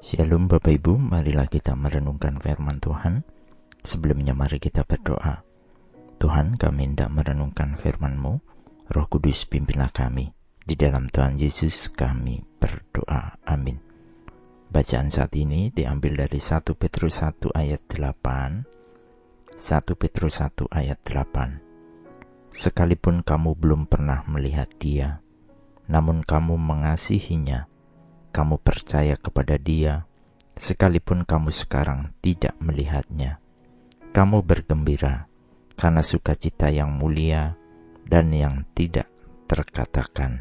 Shalom Bapak Ibu, marilah kita merenungkan firman Tuhan. Sebelumnya mari kita berdoa. Tuhan, kami hendak merenungkan firman-Mu. Roh Kudus pimpinlah kami. Di dalam Tuhan Yesus kami berdoa. Amin. Bacaan saat ini diambil dari 1 Petrus 1 ayat 8. 1 Petrus 1 ayat 8. Sekalipun kamu belum pernah melihat Dia, namun kamu mengasihinya. Kamu percaya kepada Dia, sekalipun kamu sekarang tidak melihatnya. Kamu bergembira karena sukacita yang mulia dan yang tidak terkatakan.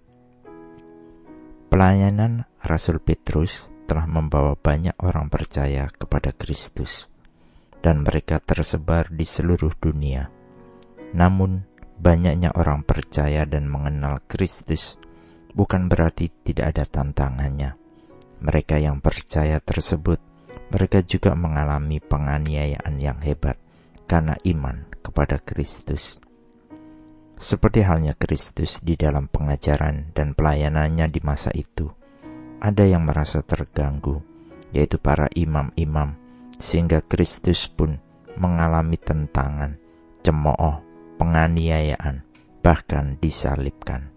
Pelayanan Rasul Petrus telah membawa banyak orang percaya kepada Kristus, dan mereka tersebar di seluruh dunia. Namun, banyaknya orang percaya dan mengenal Kristus bukan berarti tidak ada tantangannya. Mereka yang percaya tersebut, mereka juga mengalami penganiayaan yang hebat karena iman kepada Kristus. Seperti halnya Kristus di dalam pengajaran dan pelayanannya di masa itu, ada yang merasa terganggu, yaitu para imam-imam, sehingga Kristus pun mengalami tentangan, cemooh, penganiayaan, bahkan disalibkan.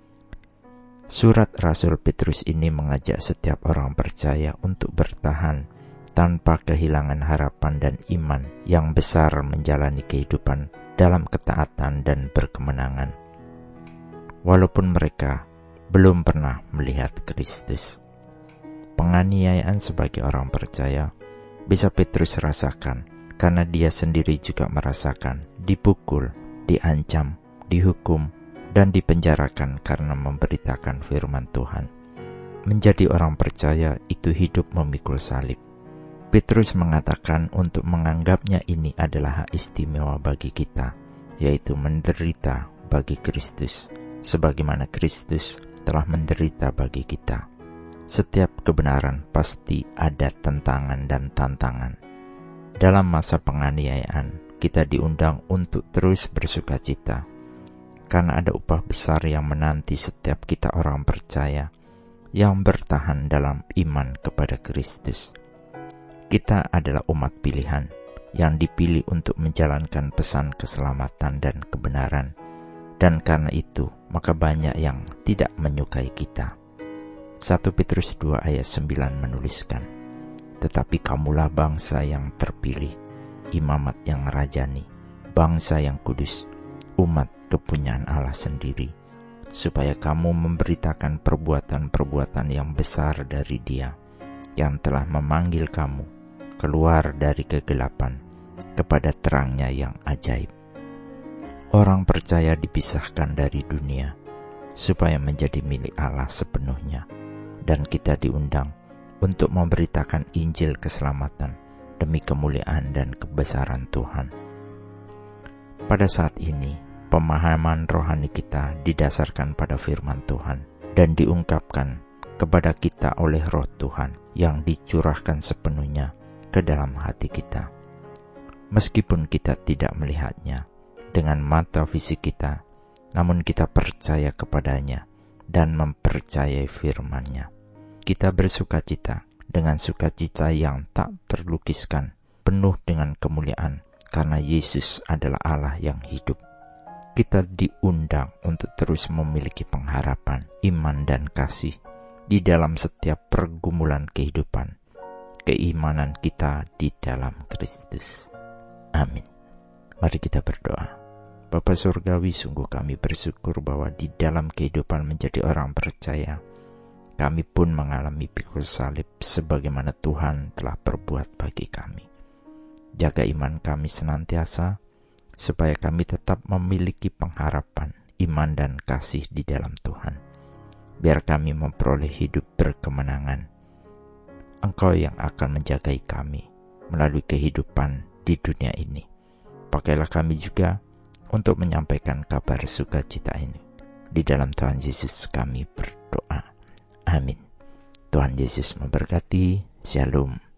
Surat Rasul Petrus ini mengajak setiap orang percaya untuk bertahan tanpa kehilangan harapan dan iman yang besar menjalani kehidupan dalam ketaatan dan berkemenangan. Walaupun mereka belum pernah melihat Kristus. Penganiayaan sebagai orang percaya bisa Petrus rasakan karena dia sendiri juga merasakan dipukul, diancam, dihukum, dan dipenjarakan karena memberitakan firman Tuhan. Menjadi orang percaya itu hidup memikul salib. Petrus mengatakan untuk menganggapnya ini adalah hak istimewa bagi kita, yaitu menderita bagi Kristus, sebagaimana Kristus telah menderita bagi kita. Setiap kebenaran pasti ada tentangan dan tantangan. Dalam masa penganiayaan, kita diundang untuk terus bersukacita, karena ada upah besar yang menanti setiap kita orang percaya yang bertahan dalam iman kepada Kristus. Kita adalah umat pilihan yang dipilih untuk menjalankan pesan keselamatan dan kebenaran, dan karena itu maka banyak yang tidak menyukai kita. 1 Petrus 2 ayat 9 menuliskan, "Tetapi kamulah bangsa yang terpilih, imamat yang rajani, bangsa yang kudus, umat kepunyaan Allah sendiri, supaya kamu memberitakan perbuatan-perbuatan yang besar dari Dia, yang telah memanggil kamu keluar dari kegelapan kepada terangnya yang ajaib." Orang percaya dipisahkan dari dunia, supaya menjadi milik Allah sepenuhnya, dan kita diundang untuk memberitakan Injil keselamatan demi kemuliaan dan kebesaran Tuhan. Pada saat ini, pemahaman rohani kita didasarkan pada firman Tuhan dan diungkapkan kepada kita oleh Roh Tuhan yang dicurahkan sepenuhnya ke dalam hati kita. Meskipun kita tidak melihatnya dengan mata fisik kita, namun kita percaya kepadanya dan mempercayai firman-Nya. Kita bersukacita dengan sukacita yang tak terlukiskan, penuh dengan kemuliaan, karena Yesus adalah Allah yang hidup. Kita diundang untuk terus memiliki pengharapan, iman, dan kasih di dalam setiap pergumulan kehidupan, keimanan kita di dalam Kristus. Amin. Mari kita berdoa. Bapa Surgawi, sungguh kami bersyukur bahwa di dalam kehidupan menjadi orang percaya, kami pun mengalami pikul salib sebagaimana Tuhan telah perbuat bagi kami. Jaga iman kami senantiasa, supaya kami tetap memiliki pengharapan, iman, dan kasih di dalam Tuhan. Biar kami memperoleh hidup berkemenangan. Engkau yang akan menjagai kami melalui kehidupan di dunia ini. Pakailah kami juga untuk menyampaikan kabar sukacita ini. Di dalam Tuhan Yesus kami berdoa. Amin. Tuhan Yesus memberkati. Shalom.